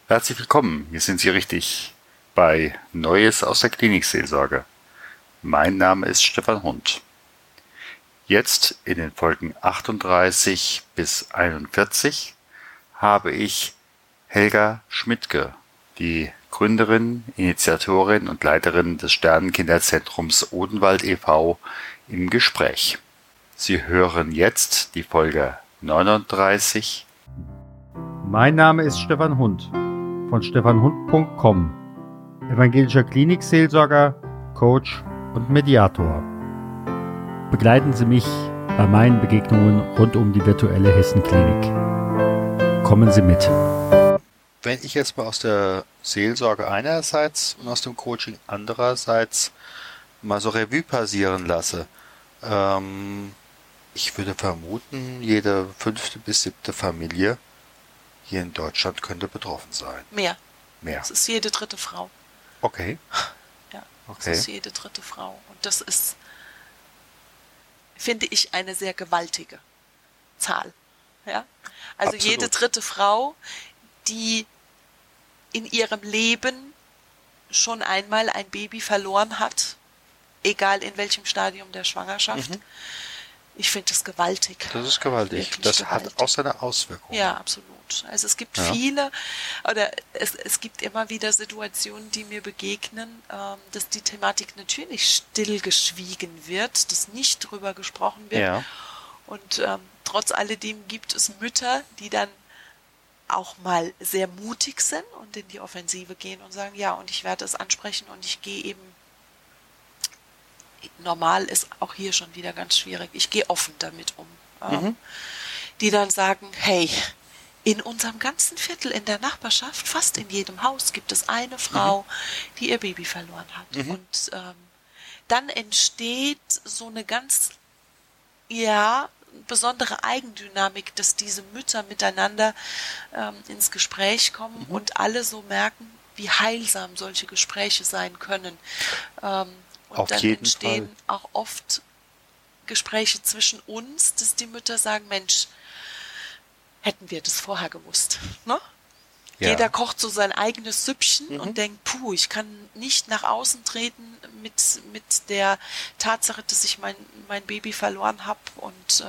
Herzlich willkommen, hier sind Sie richtig bei Neues aus der Klinikseelsorge. Mein Name ist Stefan Hund. Jetzt in den Folgen 38 bis 41 habe ich Helga Schmidtke, die Gründerin, Initiatorin und Leiterin des Sternenkinderzentrums Odenwald e.V. im Gespräch. Sie hören jetzt die Folge 39. Mein Name ist Stefan Hund von stefanhund.com, evangelischer Klinikseelsorger, Coach und Mediator. Begleiten Sie mich bei meinen Begegnungen rund um die virtuelle Hessenklinik. Kommen Sie mit. Wenn ich jetzt mal aus der Seelsorge einerseits und aus dem Coaching andererseits mal so Revue passieren lasse, ich würde vermuten, jede 5. bis 7. Familie hier in Deutschland könnte betroffen sein. Mehr. Mehr. Es ist jede 3. Frau. Okay. Ja, Okay. es ist jede 3. Frau. Und das ist, finde ich, eine sehr gewaltige Zahl. Ja? Also Absolut. jede 3. Frau, die in ihrem Leben schon einmal ein Baby verloren hat, egal in welchem Stadium der Schwangerschaft. Ich finde das gewaltig. Das ist gewaltig. Wirklich Das gewaltig. hat auch seine Auswirkungen. Ja, absolut. Also es gibt Ja. viele, oder es gibt immer wieder Situationen, die mir begegnen, dass die Thematik natürlich stillgeschwiegen wird, dass nicht drüber gesprochen wird. Ja. Und trotz alledem gibt es Mütter, die dann auch mal sehr mutig sind und in die Offensive gehen und sagen, ja, und ich werde es ansprechen und ich gehe eben, normal ist auch hier schon wieder ganz schwierig, ich gehe offen damit um. Die dann sagen, hey, in unserem ganzen Viertel, in der Nachbarschaft, fast in jedem Haus gibt es eine Frau, die ihr Baby verloren hat. Und dann entsteht so eine ganz, besondere Eigendynamik, dass diese Mütter miteinander ins Gespräch kommen und alle so merken, wie heilsam solche Gespräche sein können. Und Auf dann jeden entstehen Fall. auch oft Gespräche zwischen uns, dass die Mütter sagen, Mensch, hätten wir das vorher gewusst. Ne? Ja. Jeder kocht so sein eigenes Süppchen und denkt, ich kann nicht nach außen treten mit der Tatsache, dass ich mein Baby verloren habe. Und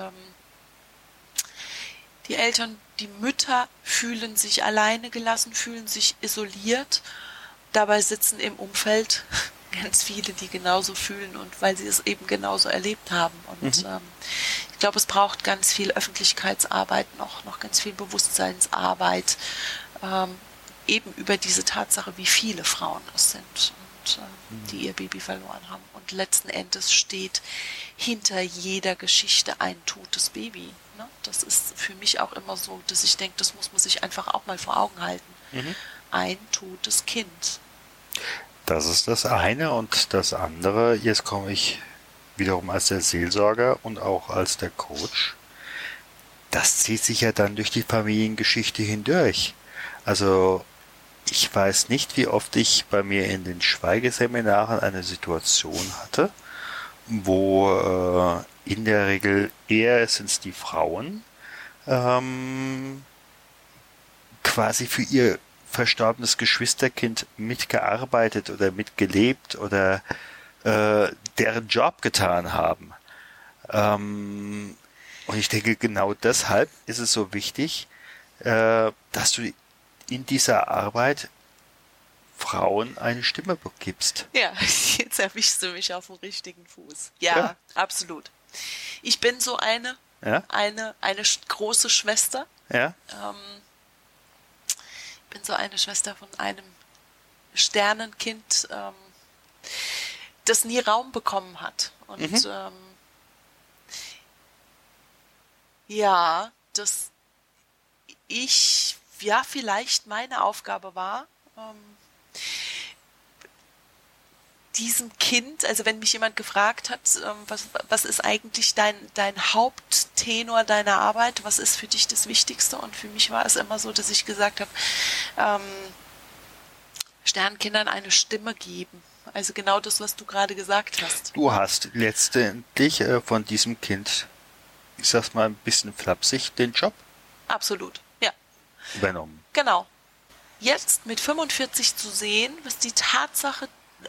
die Eltern, die Mütter fühlen sich alleine gelassen, fühlen sich isoliert. Dabei sitzen im Umfeld ganz viele, die genauso fühlen und weil sie es eben genauso erlebt haben. Und ich glaube, es braucht ganz viel Öffentlichkeitsarbeit noch ganz viel Bewusstseinsarbeit, eben über diese Tatsache, wie viele Frauen es sind und die ihr Baby verloren haben. Und letzten Endes steht hinter jeder Geschichte ein totes Baby. Ne? Das ist für mich auch immer so, dass ich denke, das muss man sich einfach auch mal vor Augen halten. Ein totes Kind. Das ist das eine. Und das andere, jetzt komme ich wiederum als der Seelsorger und auch als der Coach. Das zieht sich ja dann durch die Familiengeschichte hindurch. Also ich weiß nicht, wie oft ich bei mir in den Schweigeseminaren eine Situation hatte, wo in der Regel eher sind es die Frauen, quasi für ihr verstorbenes Geschwisterkind mitgearbeitet oder mitgelebt oder deren Job getan haben. Und ich denke, genau deshalb ist es so wichtig, dass du in dieser Arbeit Frauen eine Stimme gibst. Ja, jetzt erwischst du mich auf dem richtigen Fuß. Ja, absolut. Ich bin so eine große Schwester. Ja. Ich bin so eine Schwester von einem Sternenkind, das nie Raum bekommen hat. Und dass ich, vielleicht meine Aufgabe war, diesem Kind, also wenn mich jemand gefragt hat, was ist eigentlich dein Haupttenor deiner Arbeit, was ist für dich das Wichtigste? Und für mich war es immer so, dass ich gesagt habe, Sternkindern eine Stimme geben. Also genau das, was du gerade gesagt hast. Du hast letztendlich von diesem Kind, ich sag's mal ein bisschen flapsig, den Job Absolut, ja. übernommen. Genau. jetzt mit 45 zu sehen, was die Tatsache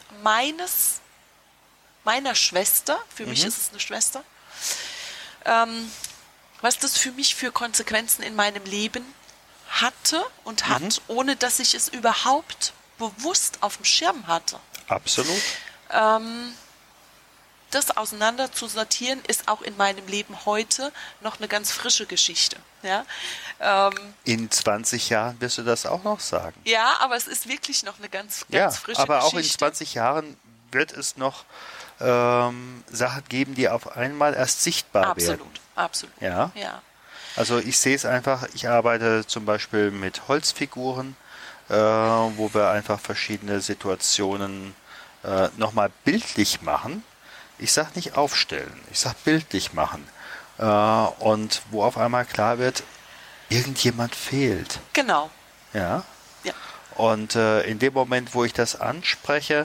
meiner Schwester, für mich ist es eine Schwester, was das für mich für Konsequenzen in meinem Leben hatte und hat, ohne dass ich es überhaupt bewusst auf dem Schirm hatte. Absolut. Das auseinander zu sortieren, ist auch in meinem Leben heute noch eine ganz frische Geschichte. Ja, In 20 Jahren wirst du das auch noch sagen. ja, aber es ist wirklich noch eine ganz Ja, frische aber auch in Geschichte. 20 Jahren wird es noch Sachen geben, die auf einmal erst sichtbar werden. Absolut. Ja. Ja. Also ich sehe es einfach, ich arbeite zum Beispiel mit Holzfiguren, wo wir einfach verschiedene Situationen nochmal bildlich machen. Ich sage nicht aufstellen, ich sage bildlich machen. Und wo auf einmal klar wird, irgendjemand fehlt. Genau. Ja. Ja. Und in dem Moment, wo ich das anspreche,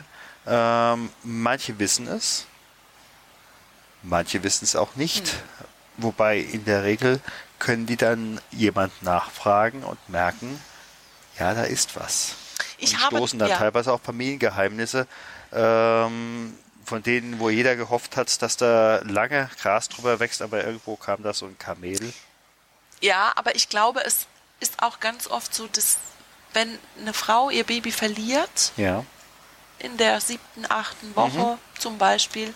manche wissen es, manche wissen es auch nicht. Wobei in der Regel können die dann jemand nachfragen und merken, ja, da ist was. Und stoßen dann teilweise auf Familiengeheimnisse, von denen, wo jeder gehofft hat, dass da lange Gras drüber wächst, aber irgendwo kam da so ein Kamel. Ja, aber ich glaube, es ist auch ganz oft so, dass wenn eine Frau ihr Baby verliert, Ja. in der 7., 8. Woche zum Beispiel,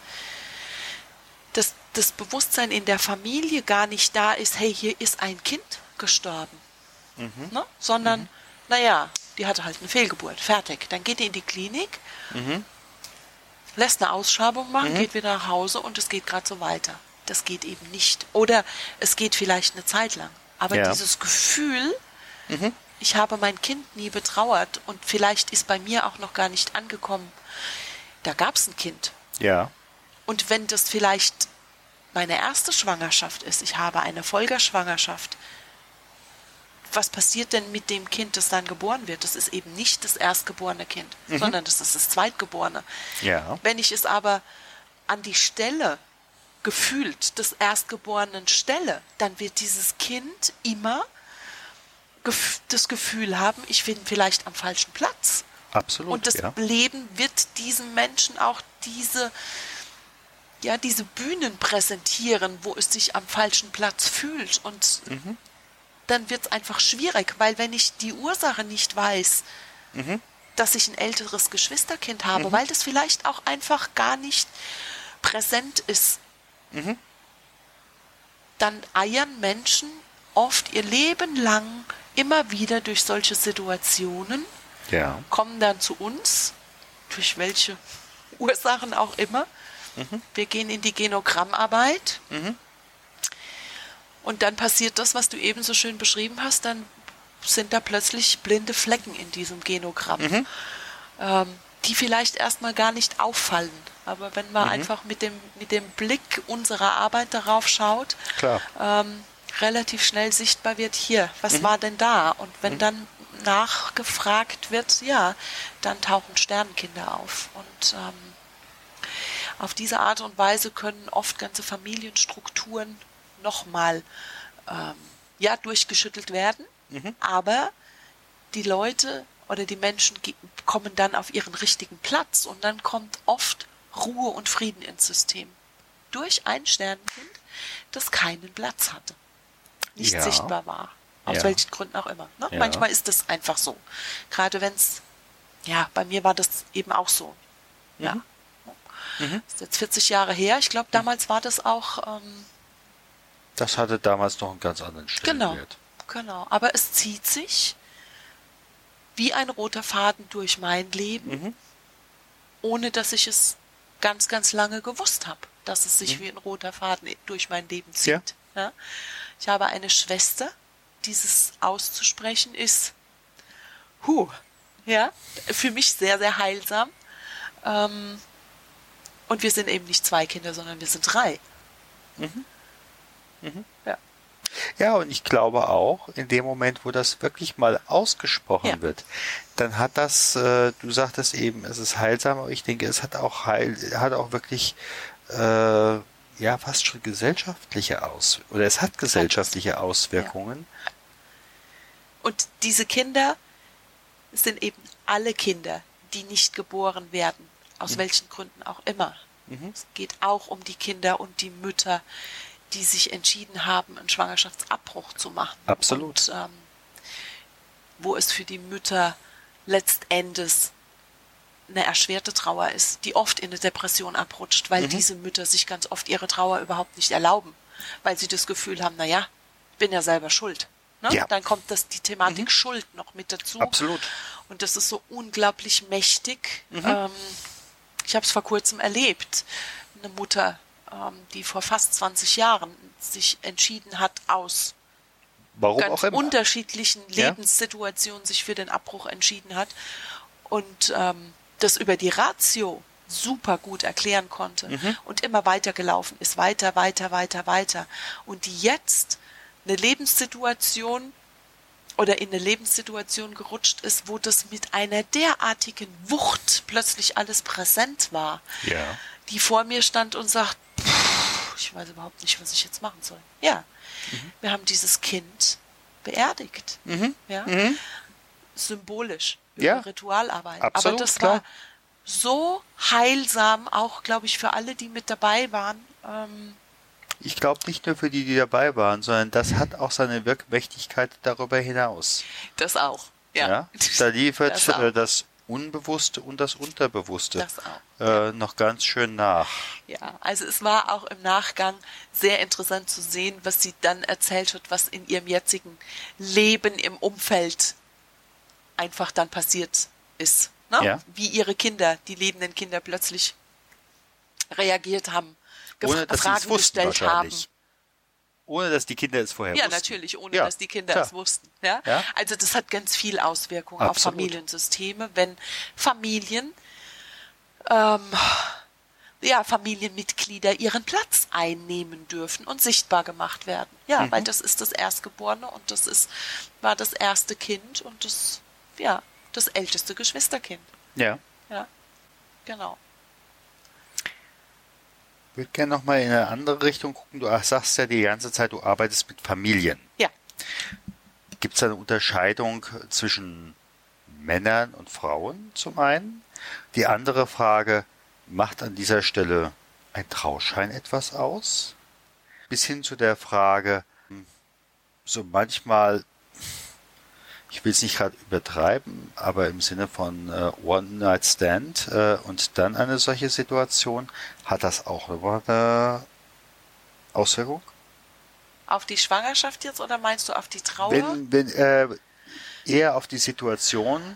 dass das Bewusstsein in der Familie gar nicht da ist, hey, hier ist ein Kind gestorben. Ne? Sondern, naja, die hatte halt eine Fehlgeburt, fertig. Dann geht die in die Klinik, lässt eine Ausschreibung machen, geht wieder nach Hause und es geht gerade so weiter. Das geht eben nicht. Oder es geht vielleicht eine Zeit lang. Aber dieses Gefühl, ich habe mein Kind nie betrauert und vielleicht ist bei mir auch noch gar nicht angekommen, da gab es ein Kind. Ja. Und wenn das vielleicht meine erste Schwangerschaft ist, ich habe eine Folgerschwangerschaft, was passiert denn mit dem Kind, das dann geboren wird? Das ist eben nicht das erstgeborene Kind, sondern das ist das zweitgeborene. Ja. Wenn ich es aber an die Stelle gefühlt des Erstgeborenen stelle, dann wird dieses Kind immer das Gefühl haben, ich bin vielleicht am falschen Platz. Absolut. Und das Leben wird diesem Menschen auch diese Bühnen präsentieren, wo es sich am falschen Platz fühlt. Und dann wird es einfach schwierig, weil wenn ich die Ursache nicht weiß, dass ich ein älteres Geschwisterkind habe, weil das vielleicht auch einfach gar nicht präsent ist, dann eiern Menschen oft ihr Leben lang immer wieder durch solche Situationen, kommen dann zu uns, durch welche Ursachen auch immer. Wir gehen in die Genogrammarbeit und dann passiert das, was du eben so schön beschrieben hast, dann sind da plötzlich blinde Flecken in diesem Genogramm, die vielleicht erstmal gar nicht auffallen. Aber wenn man einfach mit dem Blick unserer Arbeit darauf schaut, relativ schnell sichtbar wird, hier, was war denn da? Und wenn dann nachgefragt wird, dann tauchen Sternenkinder auf. Und auf diese Art und Weise können oft ganze Familienstrukturen nochmal durchgeschüttelt werden. Aber die Leute oder die Menschen kommen dann auf ihren richtigen Platz und dann kommt oft Ruhe und Frieden ins System. Durch ein Sternenkind, das keinen Platz hatte. Nicht sichtbar war. Aus welchen Gründen auch immer. Ne? Manchmal ist das einfach so. Gerade wenn es, bei mir war das eben auch so. Ja. Das ist jetzt 40 Jahre her. Ich glaube, damals war das auch... das hatte damals noch einen ganz anderen Stellenwert. Genau. Aber es zieht sich wie ein roter Faden durch mein Leben, ohne dass ich es ganz, ganz lange gewusst habe, dass es sich wie ein roter Faden durch mein Leben zieht. Ja? Ich habe eine Schwester, dieses auszusprechen ist für mich sehr, sehr heilsam. Und wir sind eben nicht 2 Kinder, sondern wir sind 3. Ja. Ja, und ich glaube auch, in dem Moment, wo das wirklich mal ausgesprochen wird, dann hat das, du sagtest eben, es ist heilsam, aber ich denke, es hat auch wirklich fast schon gesellschaftliche Auswirkungen. Und diese Kinder Es sind eben alle Kinder, die nicht geboren werden, aus welchen Gründen auch immer. Es geht auch um die Kinder und die Mütter, die sich entschieden haben, einen Schwangerschaftsabbruch zu machen. Absolut. Und wo es für die Mütter letztendlich eine erschwerte Trauer ist, die oft in eine Depression abrutscht, weil diese Mütter sich ganz oft ihre Trauer überhaupt nicht erlauben, weil sie das Gefühl haben, naja, ich bin ja selber schuld. Ne? Ja. Dann kommt die Thematik Schuld noch mit dazu. Absolut. Und das ist so unglaublich mächtig. Ich habe es vor kurzem erlebt. Eine Mutter, die vor fast 20 Jahren sich entschieden hat, aus Warum auch ganz immer. unterschiedlichen Lebenssituationen sich für den Abbruch entschieden hat und das über die Ratio super gut erklären konnte und immer weiter gelaufen ist, weiter. Und die jetzt eine Lebenssituation oder in eine Lebenssituation gerutscht ist, wo das mit einer derartigen Wucht plötzlich alles präsent war, Ja. die vor mir stand und sagt, ich weiß überhaupt nicht, was ich jetzt machen soll. Ja, wir haben dieses Kind beerdigt. Ja? Symbolisch, über Ja, Ritualarbeit. absolut, Aber das klar. war so heilsam, auch, glaube ich, für alle, die mit dabei waren. Ich glaube nicht nur für die, die dabei waren, sondern das hat auch seine Wirkmächtigkeit darüber hinaus. Das auch. Ja. Da liefert Das auch. das Unbewusste und das Unterbewusste Das auch. noch ganz schön nach. Ja, also es war auch im Nachgang sehr interessant zu sehen, was sie dann erzählt hat, was in ihrem jetzigen Leben im Umfeld einfach dann passiert ist. Ne? Ja. Wie ihre Kinder, die lebenden Kinder plötzlich reagiert haben, Ohne dass sie es Fragen wussten gestellt haben. wahrscheinlich. Ohne dass die Kinder es vorher Ja, wussten. natürlich, ohne Ja, dass die Kinder klar. es wussten. Ja? Ja. Also das hat ganz viel Auswirkungen auf Absolut. Familiensysteme, wenn Familien, Familienmitglieder ihren Platz einnehmen dürfen und sichtbar gemacht werden. Ja, weil das ist das Erstgeborene und war das erste Kind und das älteste Geschwisterkind. Ja. Ja, genau. Ich würde gerne nochmal in eine andere Richtung gucken. Du sagst ja die ganze Zeit, du arbeitest mit Familien. Ja. Gibt es eine Unterscheidung zwischen Männern und Frauen zum einen? Die andere Frage, macht an dieser Stelle ein Trauschein etwas aus? Bis hin zu der Frage, so manchmal, ich will es nicht gerade übertreiben, aber im Sinne von One-Night-Stand und dann eine solche Situation, hat das auch eine Auswirkung? Auf die Schwangerschaft jetzt oder meinst du auf die Trauer? Wenn eher auf die Situation,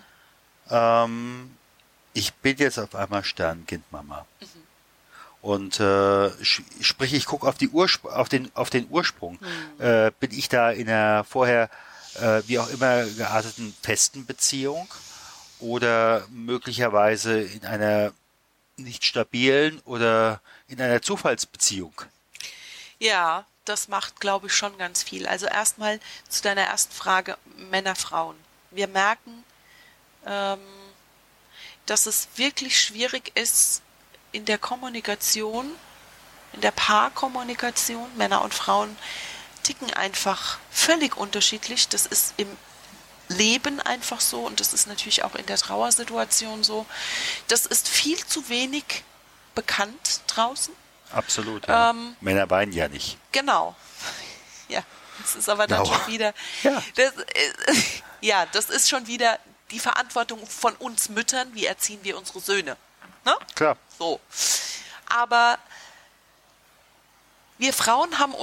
ich bin jetzt auf einmal Sternkindmama. Und sprich, ich gucke auf auf den Ursprung. Bin ich da in einer vorher wie auch immer gearteten festen Beziehung oder möglicherweise in einer nicht stabilen oder in einer Zufallsbeziehung? Ja, das macht, glaube ich, schon ganz viel. Also erstmal zu deiner ersten Frage, Männer, Frauen. Wir merken, dass es wirklich schwierig ist in der Kommunikation, in der Paarkommunikation. Männer und Frauen ticken einfach völlig unterschiedlich. Das ist im Leben einfach so und das ist natürlich auch in der Trauersituation so. Das ist viel zu wenig bekannt draußen. Absolut. Ja. Männer weinen ja nicht. Genau. Ja, das ist aber dann schon wieder. Ja. Das ist schon wieder die Verantwortung von uns Müttern. Wie erziehen wir unsere Söhne? Ne? Klar. So. Aber wir Frauen haben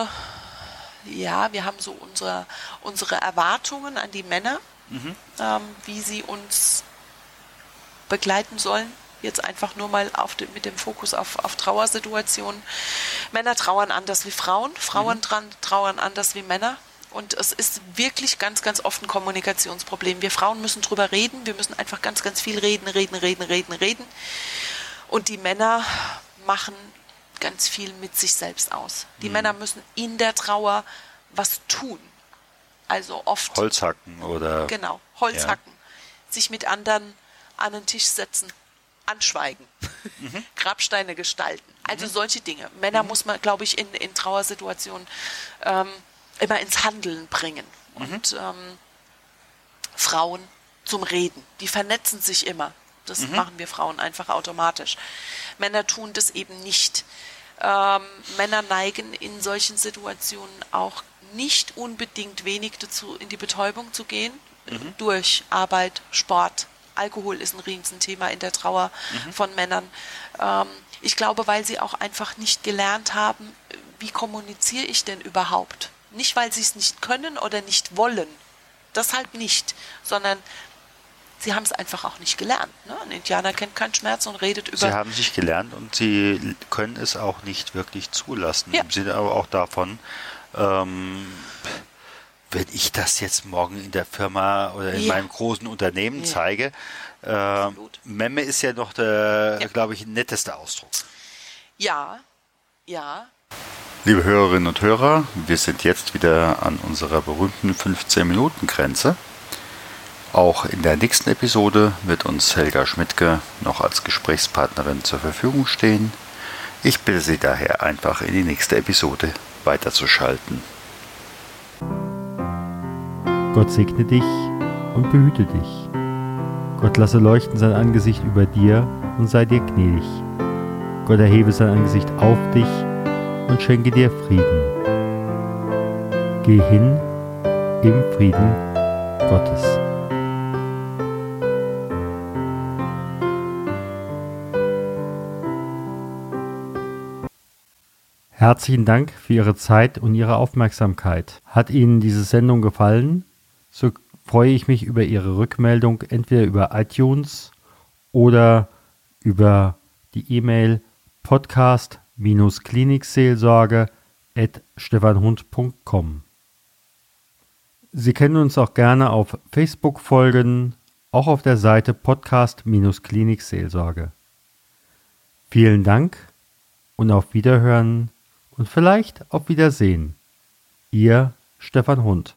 wir haben so unsere Erwartungen an die Männer, wie sie uns begleiten sollen. Jetzt einfach nur mal mit dem Fokus auf Trauersituationen. Männer trauern anders wie Frauen, Frauen trauern anders wie Männer. Und es ist wirklich ganz, ganz oft ein Kommunikationsproblem. Wir Frauen müssen drüber reden, wir müssen einfach ganz, ganz viel reden. Und die Männer machen ganz viel mit sich selbst aus. Die Männer müssen in der Trauer was tun. Also oft Holz hacken oder... Genau, Holz hacken. Sich mit anderen an den Tisch setzen. Anschweigen, Grabsteine gestalten, also solche Dinge. Männer muss man, glaube ich, in Trauersituationen immer ins Handeln bringen. Und Frauen zum Reden. Die vernetzen sich immer. Das machen wir Frauen einfach automatisch. Männer tun das eben nicht. Männer neigen in solchen Situationen auch nicht unbedingt wenig dazu, in die Betäubung zu gehen, durch Arbeit, Sport. Alkohol ist ein Riesenthema in der Trauer von Männern. Ich glaube, weil sie auch einfach nicht gelernt haben, wie kommuniziere ich denn überhaupt? Nicht, weil sie es nicht können oder nicht wollen, deshalb nicht, sondern sie haben es einfach auch nicht gelernt. Ne? Ein Indianer kennt keinen Schmerz und redet über... Sie haben sich gelernt und sie können es auch nicht wirklich zulassen. Ja. Im Sinne aber auch davon, wenn ich das jetzt morgen in der Firma oder in meinem großen Unternehmen zeige, Memme ist ja noch der, glaube ich, netteste Ausdruck. Ja. Liebe Hörerinnen und Hörer, wir sind jetzt wieder an unserer berühmten 15-Minuten-Grenze. Auch in der nächsten Episode wird uns Helga Schmidtke noch als Gesprächspartnerin zur Verfügung stehen. Ich bitte Sie daher einfach in die nächste Episode weiterzuschalten. Gott segne dich und behüte dich. Gott lasse leuchten sein Angesicht über dir und sei dir gnädig. Gott erhebe sein Angesicht auf dich und schenke dir Frieden. Geh hin im Frieden Gottes. Herzlichen Dank für Ihre Zeit und Ihre Aufmerksamkeit. Hat Ihnen diese Sendung gefallen? So freue ich mich über Ihre Rückmeldung entweder über iTunes oder über die E-Mail podcast-klinikseelsorge@stefanhund.com. Sie können uns auch gerne auf Facebook folgen, auch auf der Seite Podcast-Klinikseelsorge. Vielen Dank und auf Wiederhören und vielleicht auf Wiedersehen. Ihr Stefan Hund.